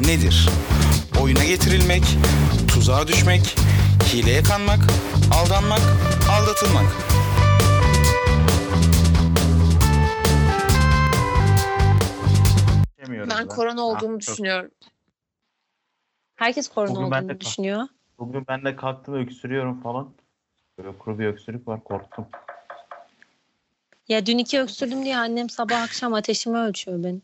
nedir? Oyuna getirilmek, tuzağa düşmek, hileye kanmak, aldanmak, aldatılmak. Ben korona olduğumu düşünüyorum. Herkes korona Bugün ben de olduğunu düşünüyor. Bugün ben de kalktım öksürüyorum falan. Böyle kuru bir öksürük var, korktum. Ya dün 2 öksürdüm diye annem sabah akşam ateşimi ölçüyor benim.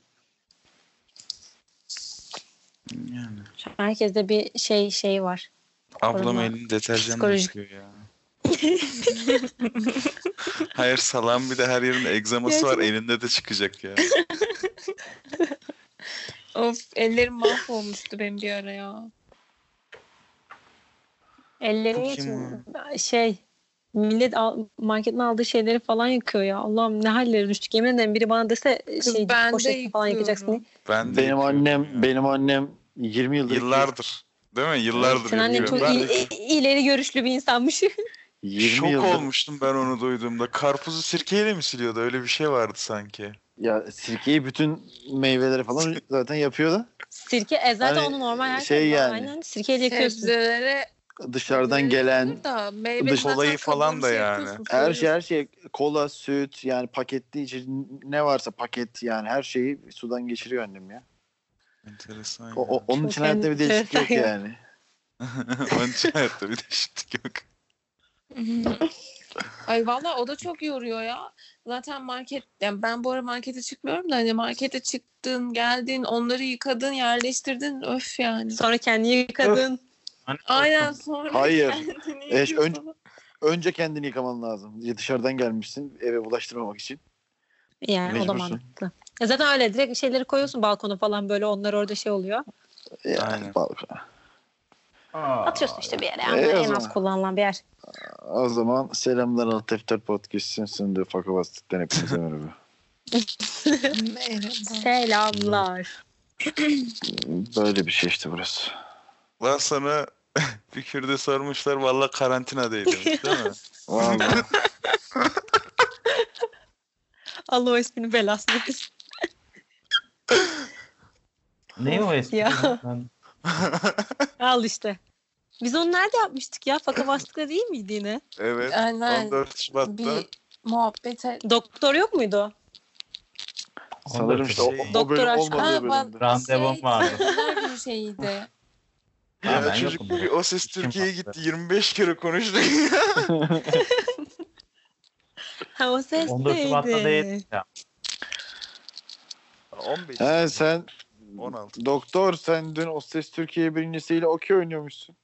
Yani. Herkeste bir şey var. Ablam Korona. elini deterjanla Psikolojik. yıkıyor ya. Hayır, salam, bir de her yerin egzaması var, Gerçekten. elinde de çıkacak ya. Of, ellerim mahvolmuştu benim bir ara ya. Elleri Bu için kim millet marketten aldığı şeyleri falan yıkıyor ya. Allah'ım ne hallere düştük. Yemin ederim biri bana dese Kız ben de poşetle falan yıkacaksın diye. yıkıyorum. Ben de Benim yıkıyorum ya. benim annem 20 yıldır Yıllardır. Değil mi? Yıllardır Sen annen yapıyorum. çok Ben ileri görüşlü bir insanmış. 20 şok yıldır olmuştum ben onu duyduğumda. Karpuzu sirkeyle mi siliyordu? Öyle bir şey vardı sanki. ya sirkeyi bütün meyveleri falan zaten yapıyor da Sirke zaten Hani onu normal herkes şey var. yani. Aynen sirkeyle yıkıyorsun. Sebzelere dışarıdan gelen da meyve Kolayı falan da yani. her şey kola, süt yani paketli içecek ne varsa paket yani her şeyi sudan geçiriyor annem ya. Enteresan ya. Onun Çok için hayatta bir değişiklik yok enteresan ya. yani. Onun için hayatta bir değişiklik yok. Ay vallahi o da çok yoruyor ya. Zaten yani ben bu ara markete çıkmıyorum da hani markete çıktın, geldin, onları yıkadın, yerleştirdin. Öf yani. Sonra kendini yıkadın. Aynen, sonra Hayır. kendini Önce, yıkıyorsun. önce kendini yıkaman lazım. Dışarıdan gelmişsin eve bulaştırmamak için. Yani o da Mecbursun. mantıklı. Zaten öyle direkt şeyleri koyuyorsun balkona falan böyle onlar orada şey oluyor. Yani, Aynen. Atıyorsun işte bir yere ama o en az zaman. kullanılan bir yer. O zaman selamlar Alt Defter Podcast'ın sunduğu Faka Bastık'tan hepinize merhaba. Selamlar. Böyle bir şey işte burası. Lan sana bir kürde sormuşlar, valla karantinadaydı demiş, değil mi? Vallahi. Allah o ismini belasını versin. Ne o espri? Ya. Ben Al işte. Biz onu nerede yapmıştık ya? Faka bastıkta değil miydi yine? Evet. Aynen. 14 Şubat'ta. Bir muhabbete. Doktor yok muydu? Sanırım işte o Doktor bölüm aşkı. olmadığı Ha, bölümde. Randevum vardı. Kadınlar Günü şeyiydi. Ha, Ya ben çocuk yokum. bir O Ses İşim Türkiye'ye vardı. gitti. 25 kere konuştuk. Ha o 14 Şubat'ta sesteydi. değil. Ya. 15. He sen 16. doktor sen dün O Ses Türkiye birincisiyle okey oynuyormuşsun.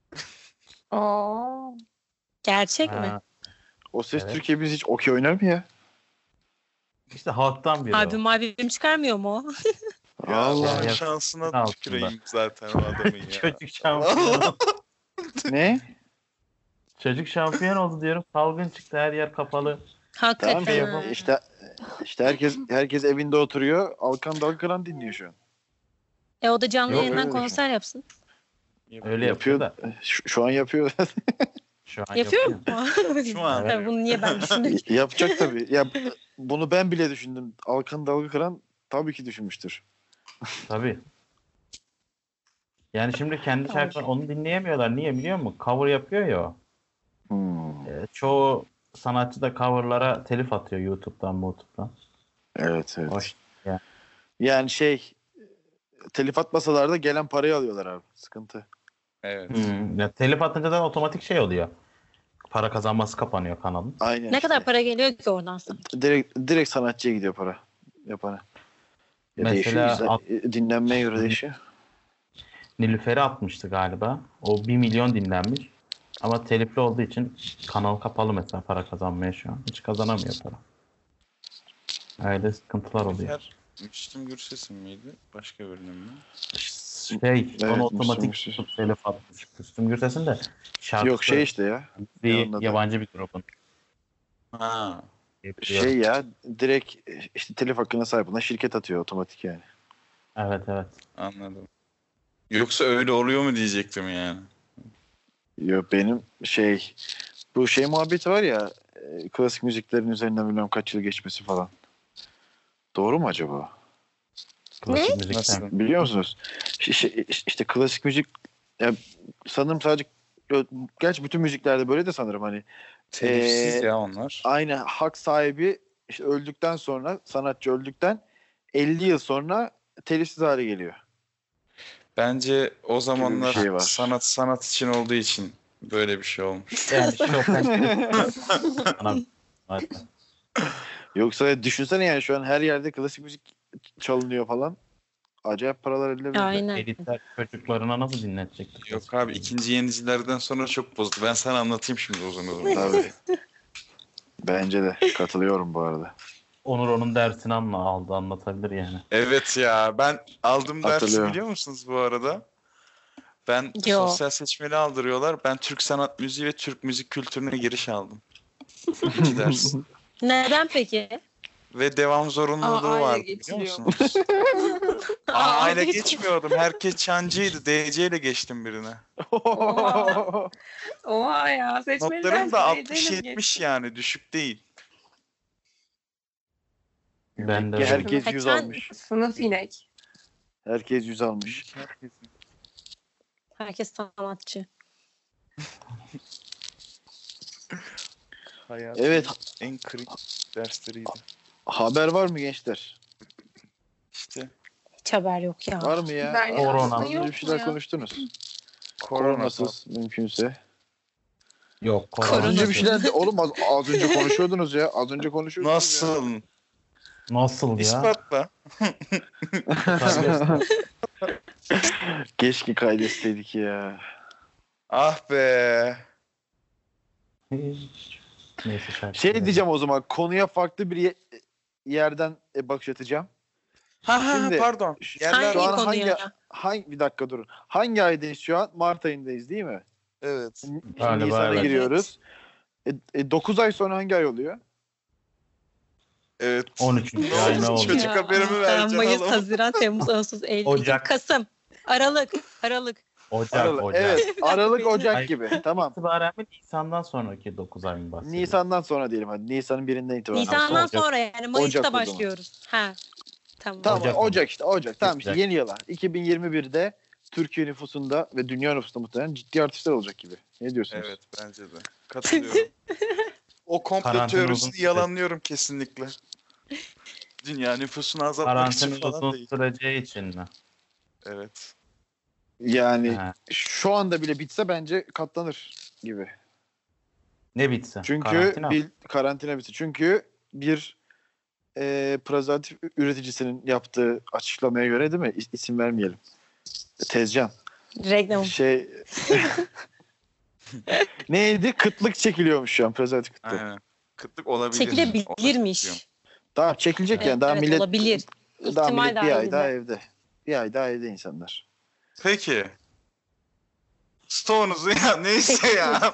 Oo. Gerçek mi? Ha, O Ses Evet. Türkiye biz hiç okey oynar mı ya? İşte halktan biri Albüm çıkarmıyor mu o? Ya Allah. Allah'ın Ya, şansına altında. tüküreyim zaten o adamın o. ya. Çocuk şampiyon. Ne? Çocuk şampiyon oldu diyorum. Salgın çıktı, her yer kapalı. Hakikaten. Tamam ha. işte herkes evinde oturuyor. Alkan Dalkıran dinliyor şu an. O da canlı Yok, yayından öyle konser yapsın. Öyle yapıyor da. Şu an yapıyor. Şu an Yapıyor mu? Şu an. Tabii bunu niye ben düşündüm? Yapacak tabii. Ya bunu ben bile düşündüm. Alkan Dalkıran tabii ki düşünmüştür. Tabii. Yani şimdi kendi şarkıları onu dinleyemiyorlar. Niye biliyor musun? Cover yapıyor ya o. Çoğu sanatçı da coverlara telif atıyor YouTube'dan. Evet. Hoş. Yani telif atmasalar da gelen parayı alıyorlar abi. Sıkıntı. Evet. Ya telif atınca da otomatik şey oluyor. Para kazanması kapanıyor kanalın. Aynen Ne kadar para geliyor ki oradan sana? direkt sanatçıya gidiyor para. Yapana. Ya Mesela değişiyor. Dinlenmeye göre değişiyor. Nilüfer'i atmıştı galiba. O 1 milyon dinlenmiş. Ama telifli olduğu için kanal kapalı mesela, para kazanmaya şu an. Hiç kazanamıyor para. Öyle sıkıntılar oluyor. Nilüfer, Müslüm Gürses'in miydi? Başka birinin mi? Evet, Onu otomatik Müslüm tutup telif atmış. Müslüm Gürses'in de şarkısı Yok işte ya. bir anladım. yabancı bir grubun. Ha. Direkt işte telif hakkına sahip olan şirket atıyor otomatik yani. Evet. Anladım. Yoksa öyle oluyor mu diyecektim yani. Yok benim bu muhabbeti var ya klasik müziklerin üzerinden bilmem kaç yıl geçmesi falan. Doğru mu acaba? Klasik Ne? müzikten. Nasıl? Biliyor musunuz? İşte klasik müzik ya, sanırım sadece gerçi bütün müziklerde böyle de sanırım hani Telifsiz Ee, ya onlar. aynı hak sahibi işte öldükten sonra sanatçı öldükten 50 yıl sonra telifsiz hale geliyor. Bence o zamanlar şey var. sanat için olduğu için böyle bir şey olmuş. Yani Chopin sana zaten. Yoksa düşünsene yani şu an her yerde klasik müzik çalınıyor falan. Acayip paralar edilebilir. Aynen. Elitler çocuklarına nasıl dinletecektir? Yok abi, ikinci yenicilerden sonra çok bozdu. Ben sana anlatayım şimdi uzun uzun. Tabii. Bence de. Katılıyorum bu arada. Onur onun dersini aldı, anlatabilir yani. Evet ya, ben aldım dersi Hatırlıyorum. biliyor musunuz bu arada? Ben Yo. sosyal seçmeli aldırıyorlar. Ben Türk sanat müziği ve Türk müzik kültürüne giriş aldım. İki ders. Neden peki? Ve devam zorunluluğu Aa, aile vardı biliyor geçiliyor. musunuz? Aa, aile Aile geçmiyordum. Herkes çancıydı. DC ile geçtim birine. Oha ya, seçmeli Notlarım da dersi 60-70 yani, düşük değil. Ben de Ki öyle. herkes Kaç 100 tane- almış. Sınıf inek. Herkes 100 almış. Herkes sanatçı. Hayatımın Evet. en cringe dersleriydi. Haber var mı gençler? İşte Hiç haber yok ya. Var mı ya? Ben Korona. Az yok önce mu bir şeyler ya? konuştunuz. korona. Koronasız mümkünse. Yok. Az Korona. önce bir şeyler de oğlum az önce konuşuyordunuz ya. Az önce konuşuyordunuz ya. Nasıl? Nasıl ya? İspatla. Keşke kaydetseydik ya. Ah be. Neyse şarkı. Şey diyeceğim o zaman konuya farklı bir yerden bakış atacağım. Ha Şimdi- pardon. Yerler Şu Hangi an konuya? bir dakika durun. Hangi aydayız şu an? Mart ayındayız değil mi? Evet. Şimdi Galiba Nisan'a evet. giriyoruz. 9 ay sonra hangi ay oluyor? Evet. 13. Ne ay oldu? ne oldu? Çocuk haberimi Ben vereceksin Mayıs, oğlum. Haziran, Temmuz, Ağustos, Eylül, Ocak. Kasım, Aralık. Ocak. Evet. Aralık, Benim- Ocak Ay- gibi. Tamam. İtibaren mi Nisan'dan sonraki 9 ay mı bahsediyor? Nisan'dan sonra diyelim hadi. Nisan'ın birinden itibaren. Nisan'dan Ocak. sonra yani Mayıs'ta Ocak o zaman. başlıyoruz. Ha. Tamam. Tamam Ocak Ocak işte Ocak. Tamam işte Ocak. yeni yıla. 2021'de Türkiye nüfusunda ve dünya nüfusunda muhtemelen ciddi artışlar olacak gibi. Ne diyorsunuz? Evet, bence de. Katılıyorum. O komplo Karantina teorisini uzun yalanlıyorum kesinlikle. Dünya nüfusunu azaltmak için Karantina falan uzun değil. süreceği için mi? Evet. Yani Ha. şu anda bile bitse bence katlanır gibi. Ne bitse? Çünkü Karantina. bir karantina bitse. Çünkü bir prezervatif üreticisinin yaptığı açıklamaya göre değil mi? İsim vermeyelim. Tezcan. Reklam. Şey neydi? Kıtlık çekiliyormuş şu an prezervatif kıtlığı. Aynen. Kıtlık olabilir. Çekilebilirmiş. Daha çekilecek yani. Daha Evet, millet olabilir. daha İhtimal millet bir ay daha dahilinde. evde. Bir ay daha evde insanlar. Peki. Stoğunuzu ya neyse ya.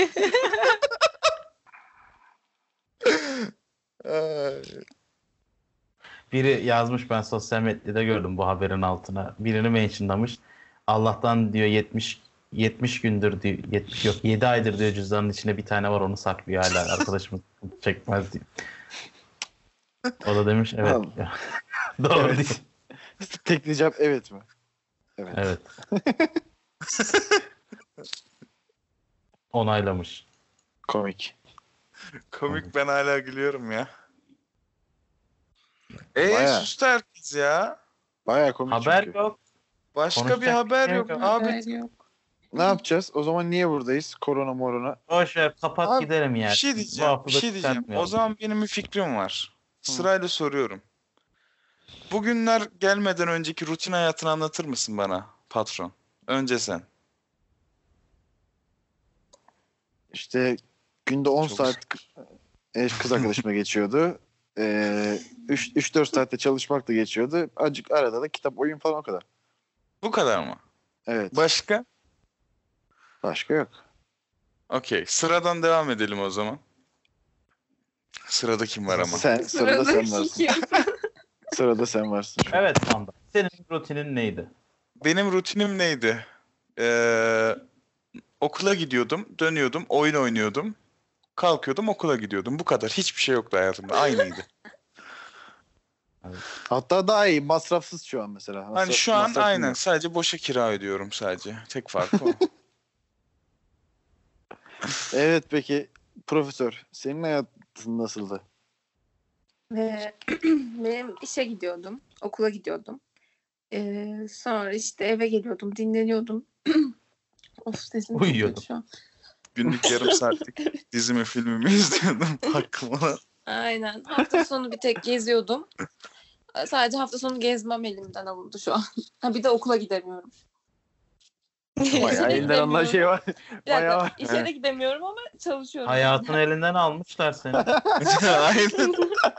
Ay. Biri yazmış, ben sosyal medyada gördüm bu haberin altına. Birini mentionlamış. Allah'tan diyor 70 gündür diyor, 70 yok 7 aydır diyor cüzdanın içinde bir tane var, onu saklıyor hala, arkadaşımız çekmez diyor. O da demiş evet. Tamam. diyor. Doğru Evet. diyor. Tekli cevap evet mi? Evet. Evet. Onaylamış. Komik. Komik, ben hala gülüyorum ya. Bayağı. Sustu herkes ya. Bayağı komik Haber çünkü. yok. Başka Konuşacak bir haber bir şey yok. yok. Abi Haber yok. Ne yapacağız? O zaman niye buradayız? Korona morona. Boş ver, kapat Abi, gidelim yani. bir şey Bu diyeceğim. hafta Bir da şey diyeceğim. O çıkartmayalım. zaman benim bir fikrim var. Sırayla soruyorum. Bugünler gelmeden önceki rutin hayatını anlatır mısın bana patron? Önce sen. İşte günde 10 Çok- saat kız arkadaşıma geçiyordu. 3-4 saatte çalışmakla geçiyordu. Azıcık arada da kitap, oyun falan, o kadar. Bu kadar mı? Evet. Başka? Başka yok. Okey. Sıradan devam edelim o zaman. Sırada kim var ama? Sırada sen varsın. Sırada sen varsın. şu an. Evet Sanda. Senin rutinin neydi? Benim rutinim neydi? Okula gidiyordum, dönüyordum, oyun oynuyordum. Kalkıyordum, okula gidiyordum. Bu kadar. Hiçbir şey yoktu hayatımda. Aynıydı. Hatta daha iyi. Masrafsız şu an mesela. Hani şu an Masrafım aynen yok. sadece boşa kira ödüyorum sadece. Tek farkı o. Evet, peki profesör, senin hayatın nasıldı? Ve benim işe gidiyordum. Okula gidiyordum. Sonra işte eve geliyordum. Dinleniyordum. Of, sesim çok Uyuyordum. kötü şu an. Günlük yarım saatlik dizimi filmimi izliyordum. Hakkım olan. Aynen. Hafta sonu bir tek geziyordum. Sadece hafta sonu gezmem elimden alındı şu an. Ha, bir de okula gidemiyorum. Bayağı elinden alınan şey var. Bir Bayağı dakika, var. işe de gidemiyorum ama çalışıyorum. Hayatın elinden almışlar seni. Aynen.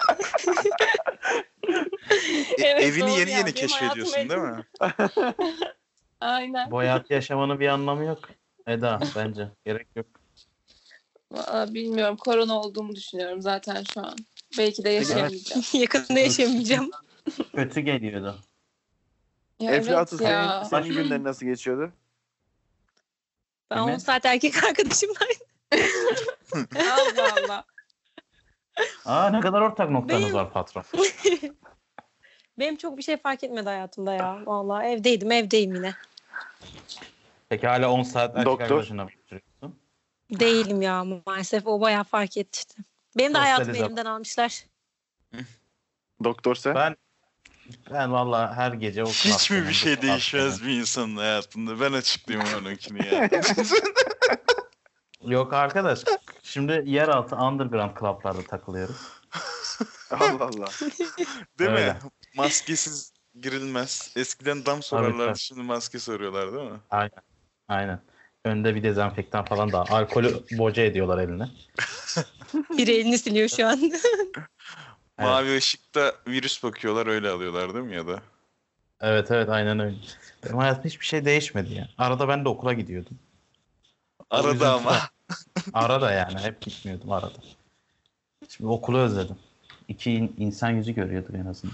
Evet, Evini doğru yeni ya. yeni Benim keşfediyorsun hayatım değil mi? Aynen. Bu hayatı yaşamanın bir anlamı yok. Eda bence. Gerek yok. Vallahi bilmiyorum. Korona olduğumu düşünüyorum zaten şu an. Belki de yaşayamayacağım. Yakında yaşamayacağım. Kötü geliyordu. Ya Eflatun, evet ya. senin günlerin nasıl geçiyordu? Ben Değil mi? 10 saat erkek arkadaşımlaydım. Allah Allah. Aa, ne kadar ortak noktanız Benim- var patron. Benim çok bir şey fark etmedi hayatımda ya. Vallahi evdeyim yine. Peki hala 10 saat erkek Doktor. arkadaşına mı götürüyorsun? Değilim ya maalesef. O bayağı fark etti işte. Benim de hayatımı Sosyalize- elimden almışlar. Doktor sen? Ben valla her gece o Hiç mi bir şey değişmez bir insanın hayatında? Ben açıklayayım onunkini ya. Yok arkadaş. Şimdi yeraltı underground club'larda takılıyoruz. Allah Allah. Değil mi? Öyle. Maskesiz girilmez. Eskiden dam sorarlardı, tabii. şimdi maske soruyorlar değil mi? Aynen. Önde bir dezenfektan falan da. Alkolü boca ediyorlar eline. Biri elini siliyor şu an. Mavi ışıkta virüs bakıyorlar, öyle alıyorlar değil mi ya da? Evet aynen öyle. Benim hayatımda hiçbir şey değişmedi ya. Arada ben de okula gidiyordum. O Arada üzüntü ama. var. Arada yani. Hep gitmiyordum arada. Şimdi okulu özledim. insan yüzü görüyorduk en azından.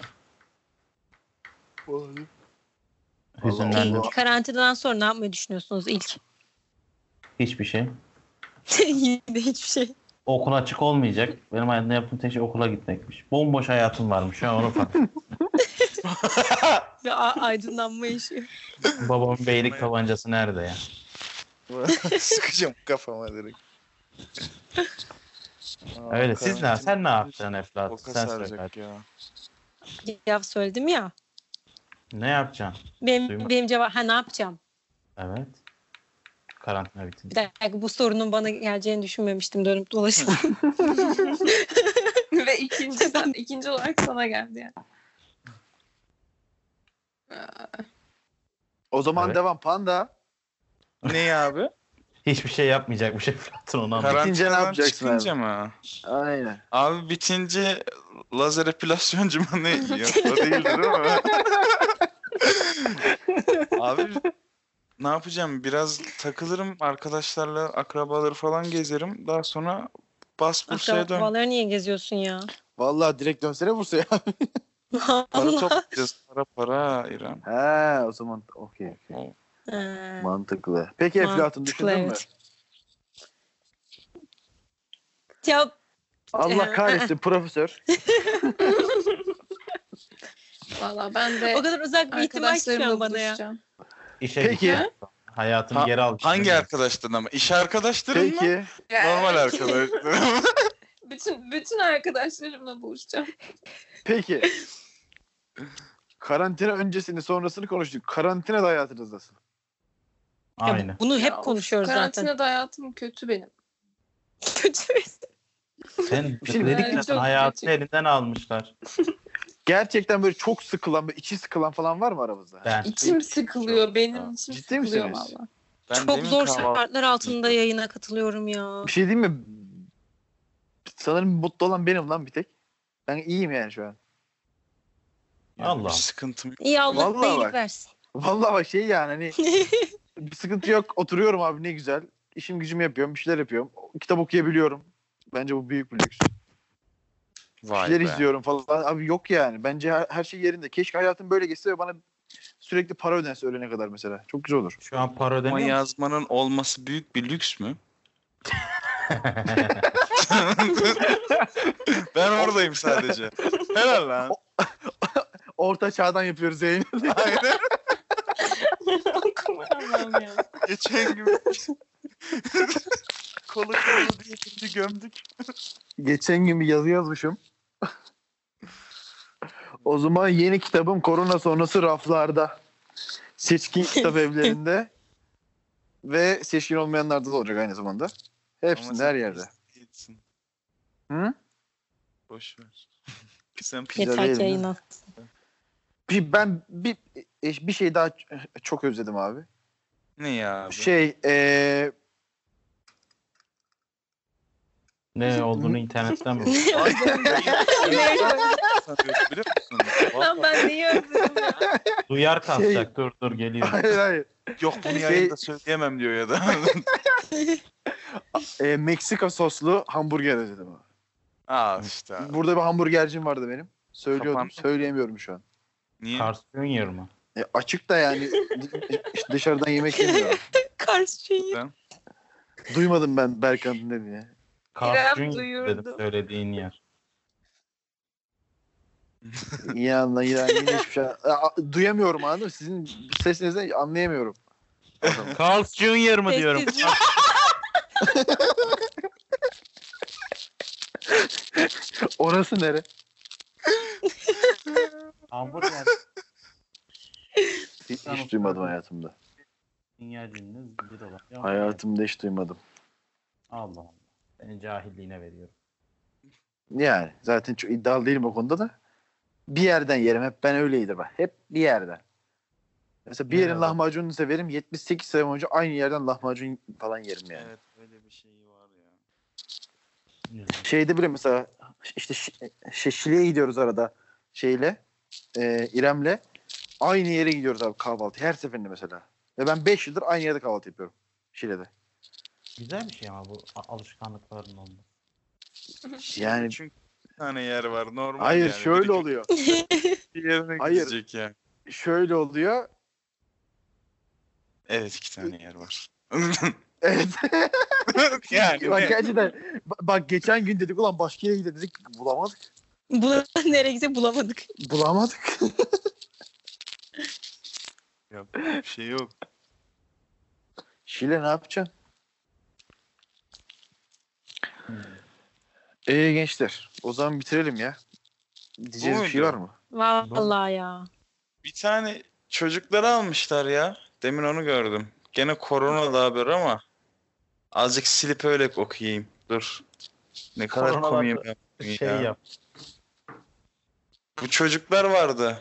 Hüzünlendim. Allah. Karantinadan sonra ne yapmayı düşünüyorsunuz ilk? Hiçbir şey. Yine de hiçbir şey. Okul açık olmayacak. Benim hayatımda yaptığım tek şey okula gitmekmiş. Bomboş hayatım varmış. Şu an onu fark ettim. Ve aydınlanma yaşıyor. Babamın beylik tabancası nerede ya? Sıkacağım kafama direkt. Öyle. Siz ne? Sen ne yapacaksın Eflat? Boka Sen söyle. saracak ya. Ya söyledim ya. Ne yapacaksın? Benim, Duyma- benim cevap ne yapacağım? Evet. Karantina Bir bitince. dakika, bu sorunun bana geleceğini düşünmemiştim dönüp dolaşıp. Ve ikinci olarak sana geldi yani. O zaman Evet. devam Panda. Ne abi? Hiçbir şey yapmayacakmış Eflatun onu anladım. Bitince ne Karantinadan yapacaksın çıkınca mı? Aynen. Abi bitince lazer epilasyoncu mu ne? Yok o değildir değil mi? Abi ne yapacağım? Biraz takılırım arkadaşlarla, akrabaları falan gezerim. Daha sonra bas Bursa'ya dön. Akrabaları niye geziyorsun ya? Vallahi direkt dönsene Bursa'ya. Para Allah. toplayacağız. Para İrem. He, o zaman okey. Ha, Mantıklı. Peki Eflatun mantıklı, düşündün mü? evet. Ya Allah kahretsin profesör. Valla ben de o kadar uzak bir ihtimal ki şu arkadaşlarımla an bana ya. buluşacağım. İşe Peki. gideceğim. Hayatını geri al. Hangi arkadaşların ama? İş arkadaşların mı? Peki. Normal arkadaşlarım. bütün arkadaşlarımla buluşacağım. Peki. Karantina öncesini sonrasını konuştuk. Karantinada hayatınız nasıl? Ya Aynen. bunu hep Ya of, konuşuyoruz zaten. Karantinada hayatım kötü benim. Kötü. Sen Şimdi- dedik Yani ya çok hayatını kötü. elinden almışlar. Gerçekten böyle çok sıkılan, böyle içi sıkılan falan var mı aramızda? Ben. İçim sıkılıyor. Benim içim Ciddi sıkılıyor misiniz? valla. Ben Çok demin zor kahvaltı- şartlar altında yayına katılıyorum ya. Bir şey diyeyim mi? Sanırım mutlu olan benim lan bir tek. Ben iyiyim yani şu an. Allah. Bir sıkıntım yok. İyi, Allah Vallahi iyilik bak. versin. Vallahi bak şey yani hani bir sıkıntı yok. Oturuyorum abi ne güzel. İşim gücümü yapıyorum. Bir şeyler yapıyorum. Kitap okuyabiliyorum. Bence bu büyük bir lüks. Bir Vay şeyler be. izliyorum falan. Abi yok yani. Bence her şey yerinde. Keşke hayatım böyle geçse ve bana sürekli para ödense ölene kadar mesela. Çok güzel olur. Şu an para Ama ödemiyor musun? yazmanın olması büyük bir lüks mü? Ben oradayım sadece. Helal lan. Orta çağdan yapıyoruz yayını. Aynen. Allah'ım ya. Geçen gün kolu diye birini gömdük. Geçen gün bir yazı yazmışım. O zaman yeni kitabım korona sonrası raflarda. Seçkin kitap evlerinde ve seçkin olmayanlarda da olacak aynı zamanda. Hepsinde her yerde. Gitsin. Hı? Boş ver. Sen Güzel Yeter değil ki mi? yayınlan. Ben bir şey daha çok özledim abi. ne ya abi? Ne olduğunu internetten mi? Sanıyorsun, biliyor musun? Lan ben neyi özledim ya? Duyar kasacak. Dur geliyor. hayır. Yok bunu yayında söyleyemem diyor ya da. Meksika soslu hamburger özledim abi. işte. Abi. Burada bir hamburgercim vardı benim. Söylüyordum. Kapandı. Söyleyemiyorum şu an. Niye? Carl's Jr. mı? Açık da yani işte dışarıdan yemek yemiyorum. Karşıyı. Ben- Duymadım ben Berkan'ın dediğini. Carl's İrem Jr. duyurdu. dedim söylediğin yer. İyi anla yine hiçbir şey duyamıyorum anladın mı? Sizin sesinizi anlayamıyorum. Carl's Jr. mı diyorum. Sessiz. Orası nere? Hamburger. Hiç duymadım hayatımda. Dünya cininiz bir dolar. Ya, Hayatımda hiç duymadım. Allah Allah. Senin cahilliğine veriyorum. Yani zaten çok iddialı değilim o konuda da. Bir yerden yerim. Hep ben öyleydim. Hep bir yerden. Mesela bir yerin Evet. lahmacununu severim. 78 sene boyunca aynı yerden lahmacun falan yerim yani. Evet öyle bir şey var ya. Şeyde bile mesela işte Şile'ye gidiyoruz arada şeyle İrem'le. Aynı yere gidiyoruz abi kahvaltı. Her seferinde mesela. Ve ben 5 yıldır aynı yerde kahvaltı yapıyorum. Şile'de. Güzel bir şey ama bu alışkanlıkların olması. Yani Çünkü bir tane yer var normal hayır yani. şöyle Biri oluyor. bir yerine Hayır. gidecek ya. Şöyle oluyor. Evet 2 tane yer var. Evet. yani Bak ne? gerçekten bak geçen gün dedik ulan başka yere gidelim dedik bulamadık. Nereye gidecek bulamadık. Bulamadık. Bir şey yok. Şile ne yapacaksın? Hmm. Gençler o zaman bitirelim ya. Diyeceğiniz bir şey muydu? var mı? Vallahi ya. Bir tane çocukları almışlar ya. Demin onu gördüm. Gene korona da haber ama azıcık silip öyle okuyayım. Dur. Ne kadar Koronalarda komiyim yaptım Şey ya. yap. Bu çocuklar vardı.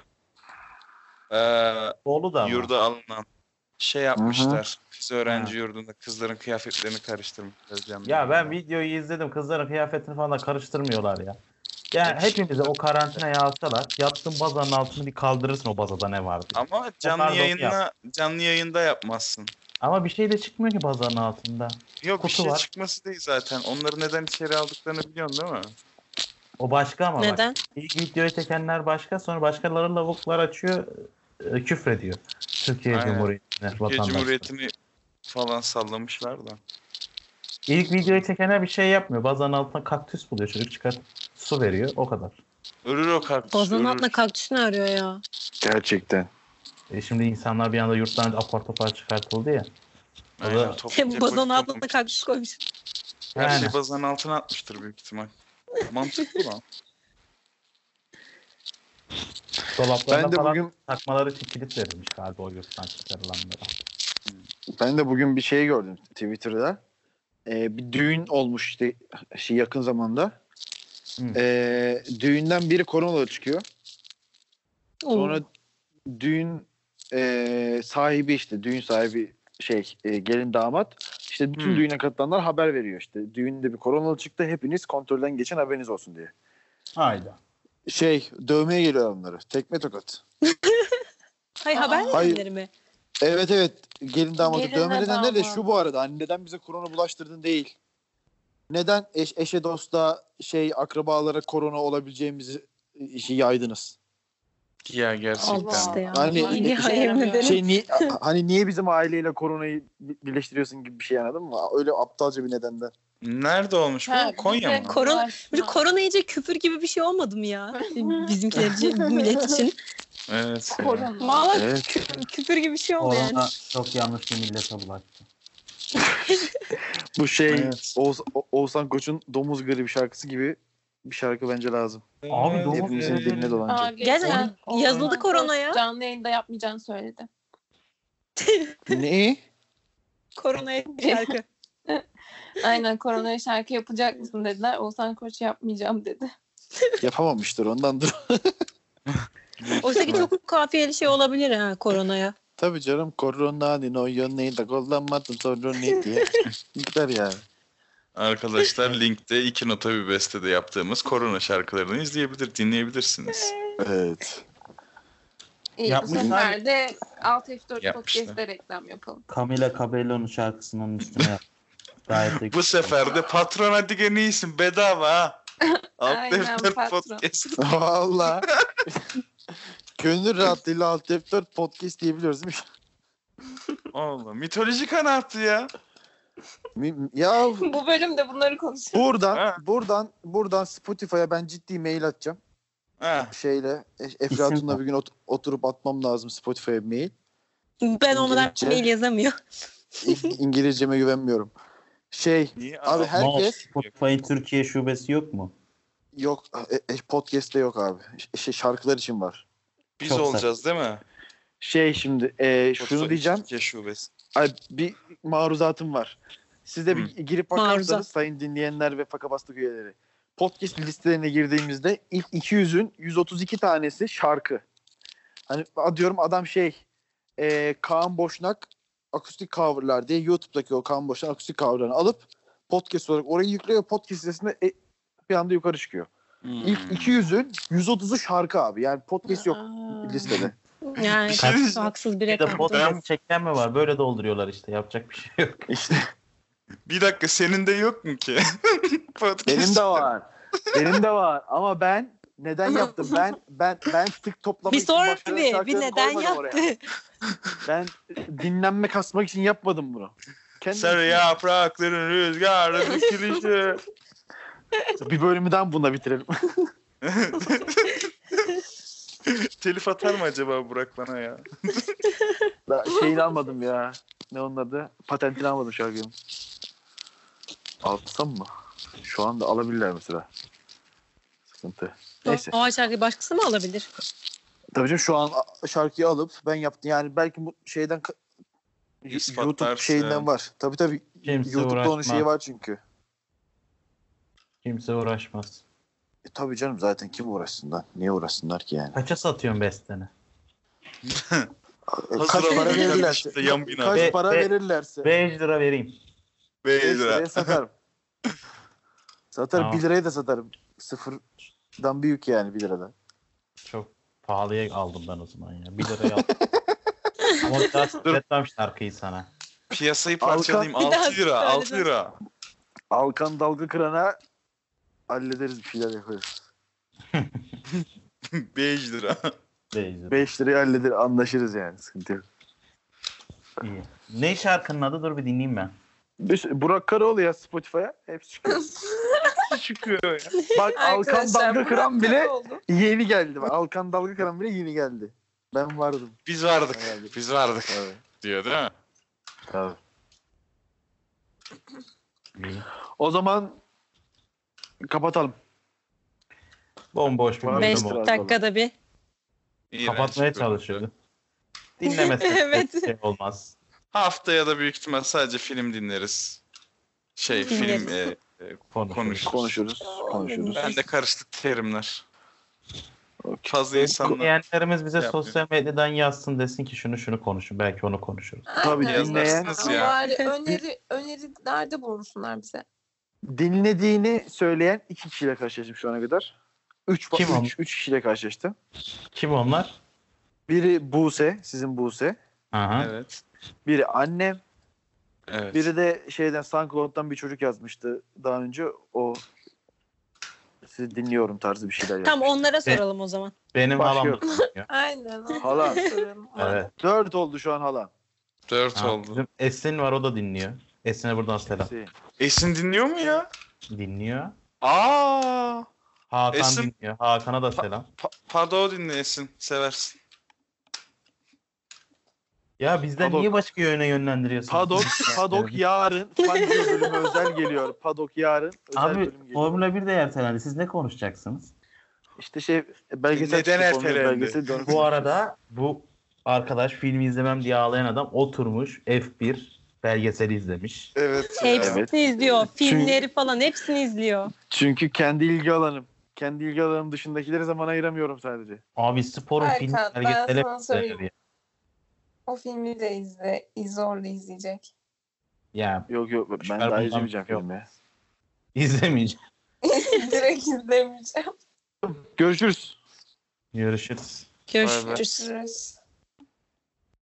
Bolu da ama. Yurda alınan. Şey yapmışlar. Kız öğrenci yurdunda kızların kıyafetlerini karıştırmışlar. camdan. Ya ben videoyu izledim. Kızların kıyafetini falan da karıştırmıyorlar ya. Yani Evet. hepimize o karantinaya alsalar yattığın bazanın altını bir kaldırırsın o bazada ne var diye. Ama Onlar da onu canlı yayında yapmazsın. Ama bir şey de çıkmıyor ki bazanın altında. Yok bir Kutu şey var. çıkması değil zaten. Onları neden içeri aldıklarını biliyorsun değil mi? O başka ama bak. Neden? İlk videoyu çekenler başka, sonra başkaları lavuklar açıyor, küfrediyor. Türkiye Aynen. Cumhuriyeti'ne, Türkiye vatandaşlara. Cumhuriyeti'ni falan sallamışlar da. İlk videoyu çekenler bir şey yapmıyor. Bazanın altına kaktüs buluyor çocuk, çıkartıp su veriyor, o kadar. Ölür o kaktüs. Bozanın ölür. altında kaktüs ne arıyor ya? Gerçekten. Şimdi insanlar bir anda yurttan apar topar çıkartıldı ya. O da- Aynen, topluca Bozanın altına koymuş. kaktüs koymuş. Her Yani. şey bazanın altına atmıştır büyük ihtimal. Mantıklı lan. Dolaplarına Ben de falan bugün takmaları için kilit verilmiş galiba o yurttan çıkarılanlara. bir şey gördüm Twitter'da. Bir düğün olmuş işte yakın zamanda. Hı. Düğünden biri koronalı çıkıyor. Sonra Oo. düğün sahibi işte düğün sahibi gelin damat işte bütün düğüne katılanlar haber veriyor işte. Düğünde bir koronalı çıktı hepiniz kontrolden geçen haberiniz olsun diye. Hayda. Dövmeye geliyor onları. Tekme tokat. Hayır haber Hayır. verenleri mi? Evet gelin damadı Gelinle dövme nedenleri de damat. şu bu arada. Hani neden bize korona bulaştırdın değil. Neden eşe dosta akrabalara korona olabileceğimizi yaydınız? Ya gerçekten. Allah. İşte ya. Hani- İyi, hayır nedeni. Hani niye bizim aileyle koronayı birleştiriyorsun gibi bir şey anladın mı? Öyle aptalca bir nedenden. Nerede olmuş Ha, bu? Konya bize mı? Korona- bulaşma. Böyle korona iyice küfür gibi bir şey olmadı mı ya? Bizimkiler için, bu millet için. Evet. Korona. Valla Evet. küfür gibi bir şey oldu yani. Korona çok yanlış bir millete bulaştı. Bu şey Evet. Oğuzhan Koç'un Domuz Gribi şarkısı gibi bir şarkı bence lazım. Abi domuz Hepimizin gribi- diline dolanacak. Gerçekten yazıldı koronaya. Canlı yayında yapmayacağını söyledi. Ne? Koronaya şarkı. Aynen koronaya şarkı yapacak mısın dediler. Oğuzhan Koç yapmayacağım dedi. Yapamamıştır ondandır. Oysa ki çok kafiyeli şey olabilir ha koronaya. Tabii canım koronanın o yönleyi de kullanmadın sonra ne diye. Gider yani. Arkadaşlar linkte 2 nota bir bestede yaptığımız korona şarkılarını dinleyebilirsiniz. Evet. İyi, bu Yapmışlar. sefer de Alt F4 Yapmışlar. Podcast'te reklam yapalım. Camila Cabello'nun şarkısının üstüne yap. Gayet de Bu sefer de patron hadi gene iyisin bedava ha. Alt Aynen, F4 patron. Podcast. Valla. Gönül rahatlığıyla Alt F4 Podcast diyebiliyoruz değil mi? Oğlum mitolojik kanaatı ya. Ya Bu bölümde bunları konuşuyoruz. Ha. buradan Spotify'a ben ciddi mail atacağım. Ha. Şeyle Eflatun'la bir gün oturup atmam lazım Spotify'a bir mail. Ben ondan İngilizce. mail yazamıyor. İngilizceme güvenmiyorum. Niye? Abi Aa, herkes Spotify'ın Türkiye şubesi yok mu? yok podcast'te yok abi. Şarkılar için var. Biz Çok olacağız değil mi? Şimdi şunu Spotify diyeceğim. Türkiye şubesi. Ay, bir maruzatım var. Siz de bir girip bakarsanız Maruzat. sayın dinleyenler ve Fakabastık üyeleri. Podcast listelerine girdiğimizde ilk 200'ün 132 tanesi şarkı. Hani diyorum adam Kaan Boşnak akustik coverlar diye YouTube'daki o Kaan Boşnak akustik coverlarını alıp podcast olarak orayı yüklüyor. Podcast listesinde bir anda yukarı çıkıyor. İlk 200'ün 130'u şarkı abi. Yani podcast yok Aa. listede. Yani Bir şey diyeceğim. haksız bir Bir de reklam. podcast çeken mi var? Böyle dolduruyorlar işte. Yapacak bir şey yok. İşte Bir dakika senin de yok mu ki? Podcast. benim de var. Benim de var ama ben neden yaptım? Ben tık toplama Bir için sor başkalarının bir şarkılarını neden koymadım oraya. yaptı? Ben dinlenme kasmak için yapmadım bunu. Kendim Sarı için yaprakların rüzgarı dökülüşü. bir bölümden bununla bitirelim. Telif atar mı acaba Burak bana ya? Daha şeyini almadım ya. Ne onun adı? Patentini almadım şarkının. Alsam mı? Şu anda alabilirler mesela. Sıkıntı. Neyse. O şarkıyı başkası mı alabilir? Tabii canım şu an şarkıyı alıp ben yaptım. Yani belki bu şeyden YouTube İspatlarsın. şeyinden var. Tabii Kimse YouTube'da onun uğraşmaz. şeyi var çünkü. Kimse uğraşmaz. Tabii canım zaten kim uğraşsın lan? Niye uğraşsınlar ki yani? Kaça satıyorsun besteni? Kaç Hazır para olun verirlerse. kardeşim de yan bina. Kaç para verirlerse. 5 lira vereyim. 5 Bey liraya lira. satarım. Satarım. Tamam. 1 liraya da satarım. Sıfırdan büyük yani 1 liradan. Çok pahalıya aldım ben o zaman ya. 1 liraya aldım. Ama daha söyletmem şarkıyı sana. Piyasayı Alkan- parçalayayım. Bir daha 6 lira. 6 söyle. lira. Alkan dalga kırana hallederiz bir şeyler yaparız. 5 lira. 5 lira. 5 liraya halleder anlaşırız yani sıkıntı yok. İyi. Ne şarkının adı? Dur bir dinleyeyim ben. Burak Karaoğlu ya Spotify'a hepsi çıkıyor. Çıkıyor ya. Bak Alkan Arkadaşlar, dalga kıran Burak bile Karaoğlu. yeni geldi. Bak, Alkan dalga kıran bile yeni geldi. Ben vardım. Biz vardık. Herhalde. Biz vardık. Evet. Diyor değil mi? Tabii. İyi. O zaman kapatalım. Bomboş bir Var 5 mı? bölüm oldu. dakikada bir. İğrenç Kapatmaya bir bölüm. çalışıyordu. Dinlemesek Evet. bir şey olmaz. Haftaya da büyük ihtimal sadece film dinleriz. Film konuşuruz. Konuşuruz. Ben de karıştık terimler. Okey. Fazla insanlar Dinleyenlerimiz bize Yapmıyor. sosyal medyadan yazsın desin ki şunu konuşun. Belki onu konuşuruz. Tabii Aynen. dinleyen yazarsınız Ama ya. bari önerilerde bulunsunlar bize. dinlediğini söyleyen 2 kişiyle karşılaştım şu ana kadar. 3 Kim o? kişiyle karşılaştım. Kim onlar? Biri Buse, sizin Buse. Aha. Evet. Biri annem. Evet. Biri de SoundCloud'dan bir çocuk yazmıştı daha önce. O sizi dinliyorum tarzı bir şeyler yazmış. Tamam onlara soralım o zaman. Benim Başka halam da yok. dinliyor. Aynen. Hala. Evet. 4 oldu şu an hala. 4 Ha, oldu. bizim Esin var, o da dinliyor. Esin'e buradan selam. Hüseyin. Esin dinliyor mu ya? Dinliyor. Aa! Hakan Esin- dinliyor. Hakan'a da selam. Pado dinle Esin. Seversin. Ya bizden Padok. niye başka yöne yönlendiriyorsun? Padok yarın Fangio bölümü özel geliyor. Padok yarın özel Abi bölüm geliyor. Formula 1 de ertelendi. Siz ne konuşacaksınız? İşte belgesel Neden çıktı, Formula ertelendi? belgeseli de onu Bu arada bu arkadaş filmi izlemem diye ağlayan adam oturmuş F1 belgeseli izlemiş. Evet ya. Hepsini Evet. izliyor. Filmleri falan hepsini izliyor. Çünkü kendi ilgi alanım. Kendi ilgi alanım dışındakileri zaman ayıramıyorum sadece. Abi sporun Erkan, film ben belgeseli sana hep söyleyeyim. izlenir ya. O filmi de izle. Zorla izleyecek. Ya Yok ben Çıkar daha bundan izlemeyeceğim yok. filmi. izlemeyeceğim. Direkt izlemeyeceğim. Görüşürüz. Görüşürüz. Görüşürüz. Görüşürüz.